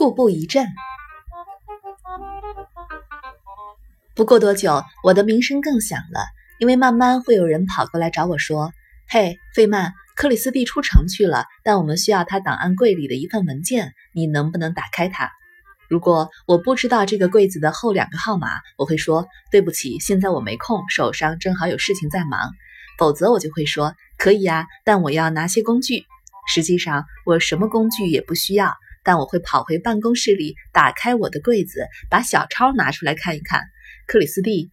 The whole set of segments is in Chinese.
故布疑阵。不过多久，我的名声更响了，因为慢慢会有人跑过来找我说：“嘿，费曼，克里斯蒂出城去了，但我们需要他档案柜里的一份文件，你能不能打开它？”如果我不知道这个柜子的后2个号码，我会说：“对不起，现在我没空，手上正好有事情在忙。”否则我就会说：“可以呀，但我要拿些工具。”实际上我什么工具也不需要，但我会跑回办公室里，打开我的柜子，把小抄拿出来看一看。克里斯蒂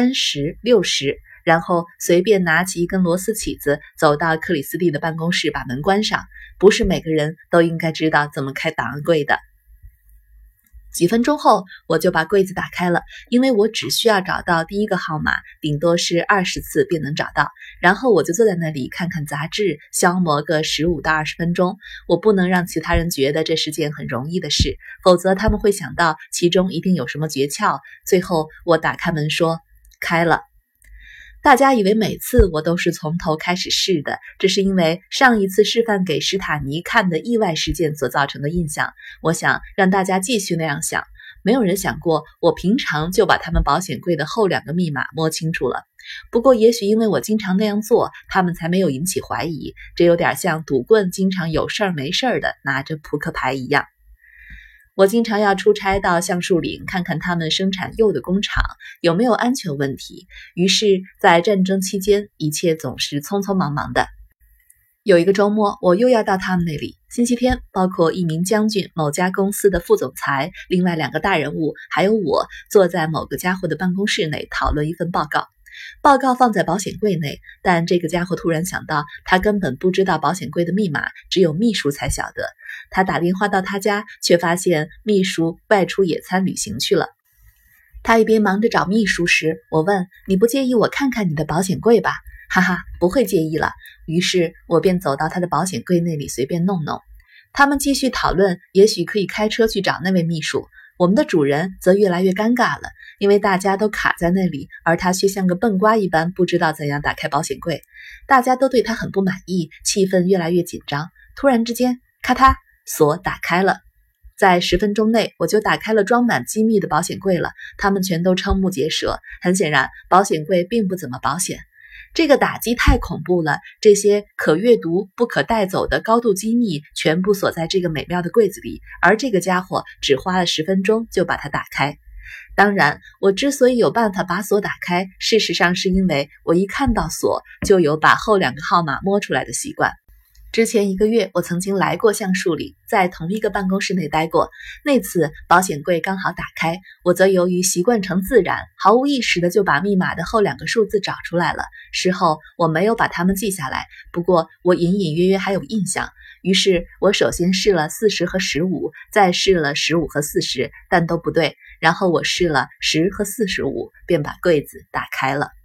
30、60，然后随便拿起一根螺丝起子，走到克里斯蒂的办公室，把门关上。不是每个人都应该知道怎么开档案柜的。几分钟后，我就把柜子打开了，因为我只需要找到第1个号码，顶多是20次便能找到。然后我就坐在那里看看杂志，消磨个15到20分钟。我不能让其他人觉得这是件很容易的事，否则他们会想到其中一定有什么诀窍。最后我打开门说：“开了。”大家以为每次我都是从头开始试的，这是因为上一次示范给史塔尼看的意外事件所造成的印象。我想让大家继续那样想。没有人想过我平常就把他们保险柜的后2个密码摸清楚了。不过也许因为我经常那样做，他们才没有引起怀疑。这有点像赌棍经常有事儿没事儿的拿着扑克牌一样。我经常要出差到橡树岭看看他们生产铀的工厂有没有安全问题，于是在战争期间一切总是匆匆忙忙的。有一个周末我又要到他们那里，星期天包括一名将军、某家公司的副总裁，另外2个大人物，还有我坐在某个家伙的办公室内讨论一份报告。报告放在保险柜内，但这个家伙突然想到，他根本不知道保险柜的密码，只有秘书才晓得。他打电话到他家，却发现秘书外出野餐旅行去了。他一边忙着找秘书时，我问：“你不介意我看看你的保险柜吧？”哈哈，不会介意了。于是我便走到他的保险柜那里随便弄弄。他们继续讨论，也许可以开车去找那位秘书。我们的主人则越来越尴尬了，因为大家都卡在那里，而他却像个笨瓜一般，不知道怎样打开保险柜。大家都对他很不满意，气氛越来越紧张。突然之间，咔嗒，锁打开了。在10分钟内，我就打开了装满机密的保险柜了。他们全都瞠目结舌。很显然，保险柜并不怎么保险。这个打击太恐怖了，这些可阅读不可带走的高度机密全部锁在这个美妙的柜子里，而这个家伙只花了10分钟就把它打开。当然，我之所以有办法把锁打开，事实上是因为我一看到锁就有把后2个号码摸出来的习惯。之前1个月，我曾经来过橡树岭，在同一个办公室内待过。那次保险柜刚好打开，我则由于习惯成自然，毫无意识的就把密码的后2个数字找出来了。事后我没有把它们记下来，不过我隐隐约约还有印象。于是我首先试了40和15，再试了15和40，但都不对。然后我试了10和45，便把柜子打开了。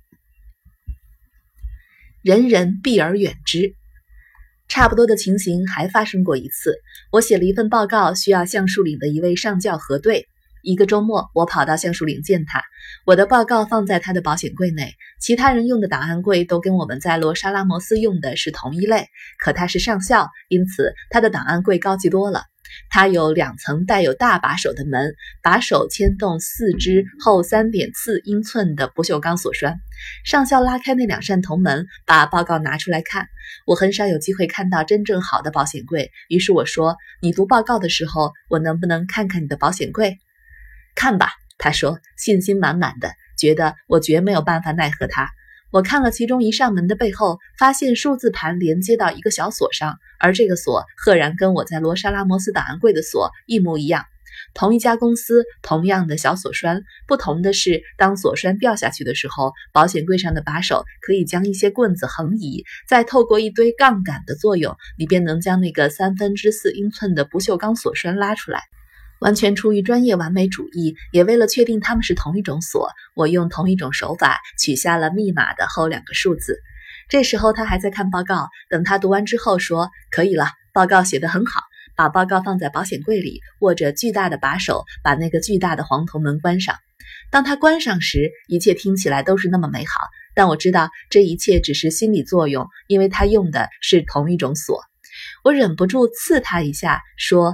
人人避而远之。差不多的情形还发生过一次。我写了一份报告，需要橡树岭的一位上校核对。1个周末，我跑到橡树岭见他。我的报告放在他的保险柜内，其他人用的档案柜都跟我们在罗莎拉摩斯用的是同一类，可他是上校，因此他的档案柜高级多了。它有2层带有大把手的门，把手牵动4只厚3.4英寸的不锈钢锁栓。上校拉开那2扇铜门，把报告拿出来看。我很少有机会看到真正好的保险柜，于是我说：“你读报告的时候，我能不能看看你的保险柜？”“看吧。”他说，信心满满的，觉得我绝没有办法奈何他。我看了其中一扇门的背后，发现数字盘连接到一个小锁上，而这个锁赫然跟我在罗莎拉摩斯档案柜的锁一模一样。同一家公司，同样的小锁栓，不同的是，当锁栓掉下去的时候，保险柜上的把手可以将一些棍子横移，再透过一堆杠杆的作用，你便能将那个4/3英寸的不锈钢锁栓拉出来。完全出于专业完美主义，也为了确定它们是同一种锁，我用同一种手法取下了密码的后2个数字。这时候他还在看报告，等他读完之后说：“可以了，报告写得很好。”把报告放在保险柜里，握着巨大的把手，把那个巨大的黄铜门关上。当他关上时，一切听起来都是那么美好，但我知道这一切只是心理作用，因为他用的是同一种锁。我忍不住刺他一下，说：“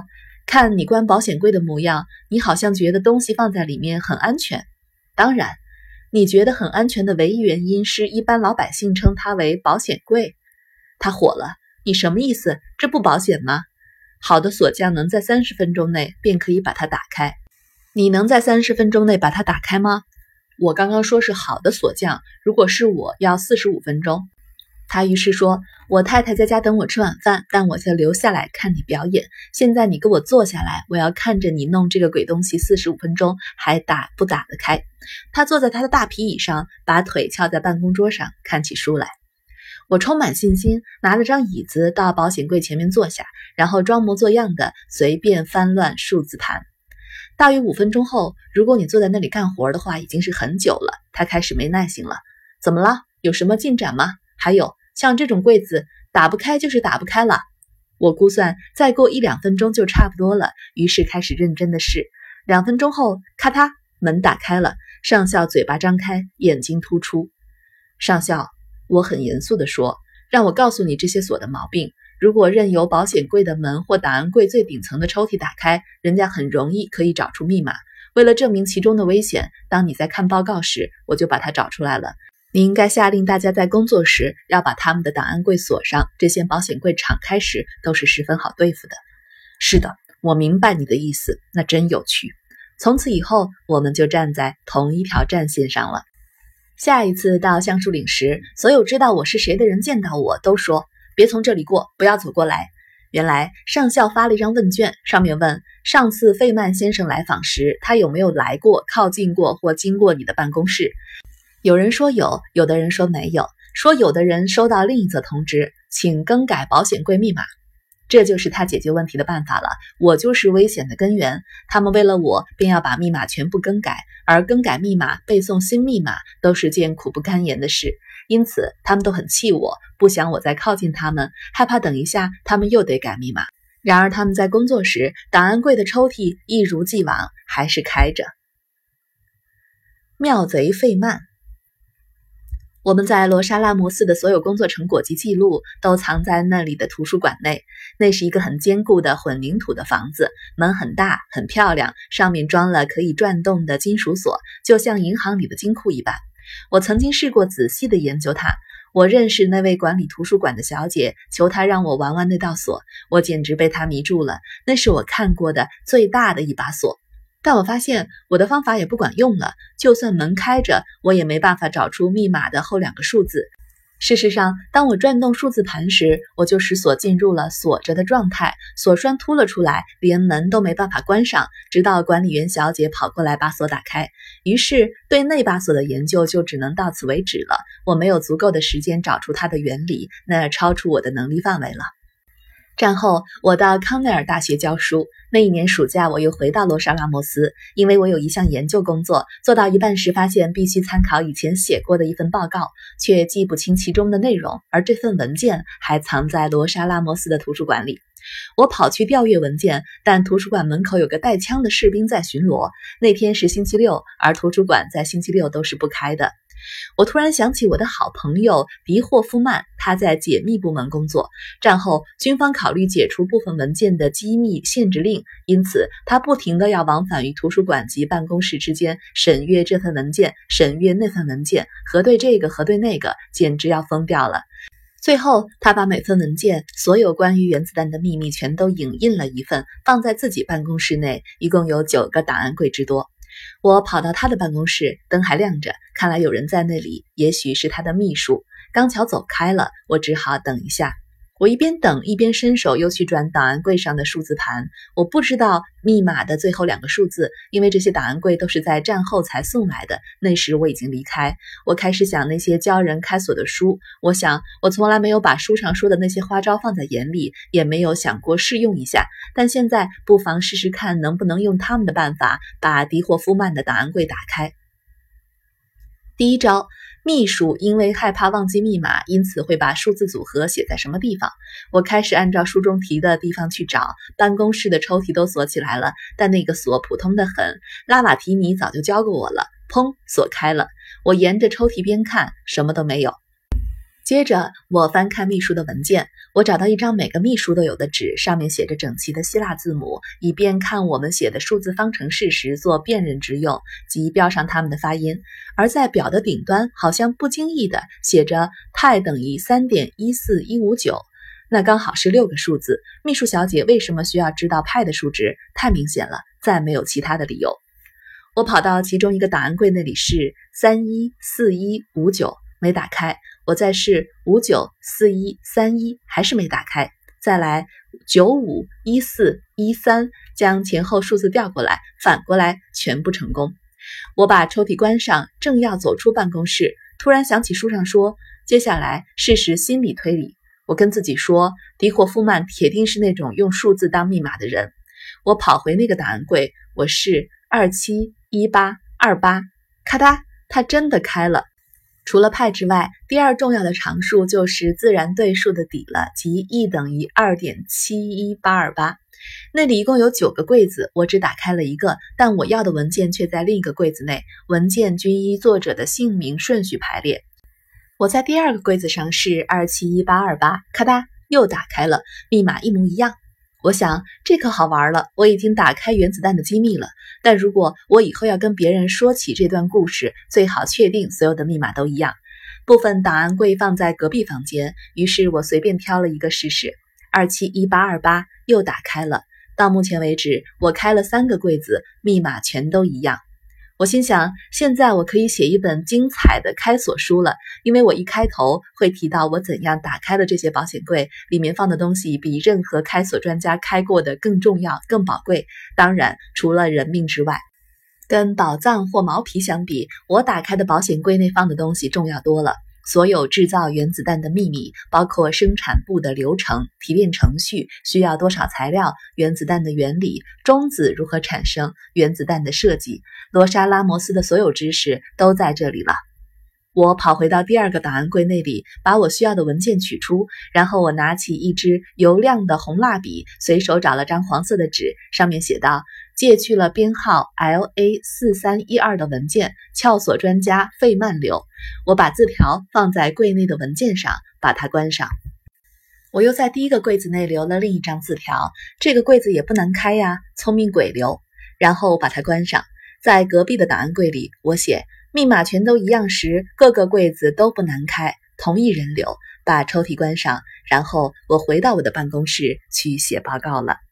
看你关保险柜的模样，你好像觉得东西放在里面很安全。当然，你觉得很安全的唯一原因是一般老百姓称它为保险柜。他火了，你什么意思？这不保险吗？好的锁匠能在30分钟内便可以把它打开。你能在30分钟内把它打开吗？我刚刚说是好的锁匠，如果是我要45分钟。他于是说，我太太在家等我吃晚饭，但我就留下来看你表演。现在你给我坐下来，我要看着你弄这个鬼东西45分钟，还打不打得开。他坐在他的大皮椅上，把腿翘在办公桌上，看起书来。我充满信心，拿了张椅子到保险柜前面坐下，然后装模作样的随便翻乱数字盘。大约5分钟后，如果你坐在那里干活的话，已经是很久了。他开始没耐心了。怎么了？有什么进展吗？还有，像这种柜子打不开就是打不开了。我估算再过1-2分钟就差不多了，于是开始认真的试。2分钟后，咔嗒，门打开了，上校嘴巴张开，眼睛突出。上校，我很严肃地说，让我告诉你这些锁的毛病。如果任由保险柜的门或档案柜最顶层的抽屉打开，人家很容易可以找出密码。为了证明其中的危险，当你在看报告时，我就把它找出来了。你应该下令大家在工作时要把他们的档案柜锁上，这些保险柜敞开时都是十分好对付的。是的，我明白你的意思，那真有趣。从此以后，我们就站在同一条战线上了。下一次到橡树岭时，所有知道我是谁的人见到我都说，别从这里过，不要走过来。原来上校发了一张问卷，上面问上次费曼先生来访时，他有没有来过、靠近过或经过你的办公室。有人说有，有的人说没有，说有的人收到另一则通知，请更改保险柜密码。这就是他解决问题的办法了。我就是危险的根源，他们为了我便要把密码全部更改，而更改密码、背诵新密码都是件苦不堪言的事，因此他们都很气我，不想我再靠近他们，害怕等一下他们又得改密码。然而他们在工作时，档案柜的抽屉一如既往还是开着。妙贼费曼。我们在罗莎拉摩寺的所有工作成果及记录都藏在那里的图书馆内。那是一个很坚固的混凝土的房子，门很大很漂亮，上面装了可以转动的金属锁，就像银行里的金库一般。我曾经试过仔细地研究它。我认识那位管理图书馆的小姐，求她让我玩玩那道锁，我简直被她迷住了。那是我看过的最大的一把锁。但我发现我的方法也不管用了，就算门开着，我也没办法找出密码的后2个数字。事实上，当我转动数字盘时，我就使锁进入了锁着的状态，锁栓凸了出来，连门都没办法关上，直到管理员小姐跑过来把锁打开。于是对那把锁的研究就只能到此为止了。我没有足够的时间找出它的原理，那超出我的能力范围了。战后，我到康奈尔大学教书。那一年暑假，我又回到罗莎拉摩斯，因为我有一项研究工作，做到一半时发现必须参考以前写过的一份报告，却记不清其中的内容，而这份文件还藏在罗莎拉摩斯的图书馆里。我跑去调阅文件，但图书馆门口有个带枪的士兵在巡逻。那天是星期六，而图书馆在星期六都是不开的。我突然想起我的好朋友迪霍夫曼，他在解密部门工作。战后，军方考虑解除部分文件的机密限制令，因此他不停地要往返于图书馆及办公室之间，审阅这份文件，审阅那份文件，核对这个，核对那个，简直要疯掉了。最后，他把每份文件所有关于原子弹的秘密全都影印了一份，放在自己办公室内，一共有9个档案柜之多。我跑到他的办公室，灯还亮着，看来有人在那里，也许是他的秘书。刚巧走开了，我只好等一下。我一边等一边伸手又去转档案柜上的数字盘。我不知道密码的最后2个数字，因为这些档案柜都是在战后才送来的，那时我已经离开。我开始想那些教人开锁的书，我想我从来没有把书上说的那些花招放在眼里，也没有想过试用一下，但现在不妨试试看能不能用他们的办法把迪霍夫曼的档案柜打开。第一招，秘书因为害怕忘记密码，因此会把数字组合写在什么地方。我开始按照书中提的地方去找，办公室的抽屉都锁起来了，但那个锁普通的很，拉瓦提尼早就教过我了。砰，锁开了。我沿着抽屉边看，什么都没有。 接着我翻看秘书的文件，我找到一张每个秘书都有的纸，上面写着整齐的希腊字母，以便看我们写的数字方程式时做辨认之用，即标上它们的发音。而在表的顶端好像不经意的写着派等于 3.14159， 那刚好是6个数字。秘书小姐为什么需要知道派的数值？太明显了，再没有其他的理由。我跑到其中一个档案柜，那里是314159，没打开。我再试594131，还是没打开。再来951413，将前后数字调过来，反过来全部成功。我把抽屉关上，正要走出办公室，突然想起书上说，接下来试试心理推理。我跟自己说，迪霍夫曼铁定是那种用数字当密码的人。我跑回那个档案柜，我试271828，咔嗒，它真的开了。除了派之外，第二重要的常数就是自然对数的底了，即 e 等于 2.71828。那里一共有9个柜子，我只打开了一个，但我要的文件却在另一个柜子内，文件均依作者的姓名顺序排列。我在第二个柜子上是27188，咔嗒，又打开了，密码一模一样。我想这可好玩了，我已经打开原子弹的机密了。但如果我以后要跟别人说起这段故事，最好确定所有的密码都一样。部分档案柜放在隔壁房间，于是我随便挑了一个试试。271828又打开了。到目前为止，我开了3个柜子，密码全都一样。我心想，现在我可以写一本精彩的开锁书了，因为我一开头会提到我怎样打开了这些保险柜，里面放的东西比任何开锁专家开过的更重要、更宝贵，当然除了人命之外。跟宝藏或毛皮相比，我打开的保险柜内放的东西重要多了。所有制造原子弹的秘密，包括生产部的流程、提炼程序、需要多少材料、原子弹的原理、中子如何产生、原子弹的设计，罗莎拉摩斯的所有知识都在这里了。我跑回到第二个档案柜那里，把我需要的文件取出，然后我拿起一支油亮的红蜡笔，随手找了张黄色的纸，上面写道：借去了编号 LA4312 的文件，撬锁专家费曼留。我把字条放在柜内的文件上，把它关上。我又在第一个柜子内留了另一张字条，这个柜子也不难开呀，聪明鬼留。然后把它关上。在隔壁的档案柜里，我写密码全都一样时，各个柜子都不难开，同一人留。把抽屉关上，然后我回到我的办公室去写报告了。